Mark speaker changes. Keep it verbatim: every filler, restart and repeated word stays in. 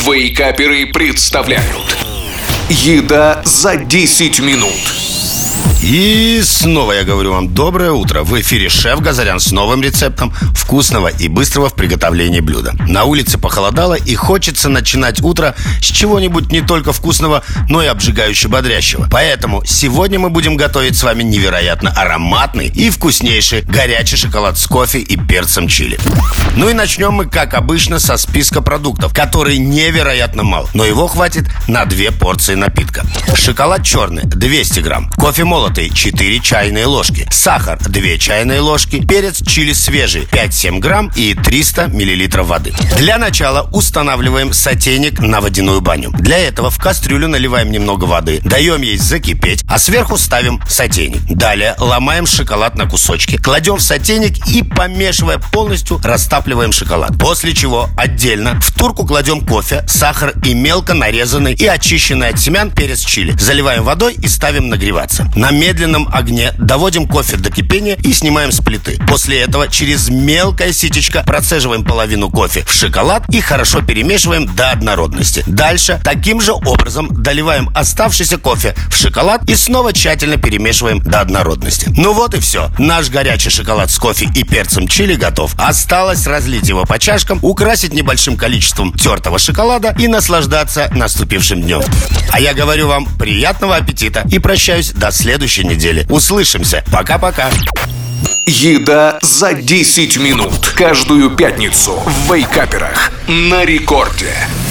Speaker 1: Вейкаперы представляют «Еда за десять минут».
Speaker 2: И снова я говорю вам доброе утро. В эфире шеф Газарян с новым рецептом вкусного и быстрого в приготовлении блюда. На улице похолодало, и хочется начинать утро с чего-нибудь не только вкусного, но и обжигающе бодрящего. Поэтому сегодня мы будем готовить с вами невероятно ароматный и вкуснейший горячий шоколад с кофе и перцем чили. Ну и начнем мы, как обычно, со списка продуктов, который невероятно мал, но его хватит на две порции напитка. Шоколад черный двести грамм, кофе молотый четыре чайные ложки, сахар две чайные ложки, перец чили свежий пять-семь грамм и триста миллилитров воды. Для начала устанавливаем сотейник на водяную баню. Для этого в кастрюлю наливаем немного воды, даем ей закипеть, а сверху ставим сотейник. Далее ломаем шоколад на кусочки, кладем в сотейник и, помешивая полностью, растапливаем шоколад. После чего отдельно в турку кладем кофе, сахар и мелко нарезанный и очищенный от семян перец чили. Заливаем водой и ставим нагреваться. На медленном огне доводим кофе до кипения и снимаем с плиты. После этого через мелкое ситечко процеживаем половину кофе в шоколад и хорошо перемешиваем до однородности. Дальше таким же образом доливаем оставшийся кофе в шоколад и снова тщательно перемешиваем до однородности. Ну вот и все. Наш горячий шоколад с кофе и перцем чили готов. Осталось разлить его по чашкам, украсить небольшим количеством тертого шоколада и наслаждаться наступившим днем. А я говорю вам приятного аппетита и прощаюсь до следующей недели. Услышимся. Пока-пока.
Speaker 1: «Еда за десять минут». Каждую пятницу в Вейкаперах на рекорде.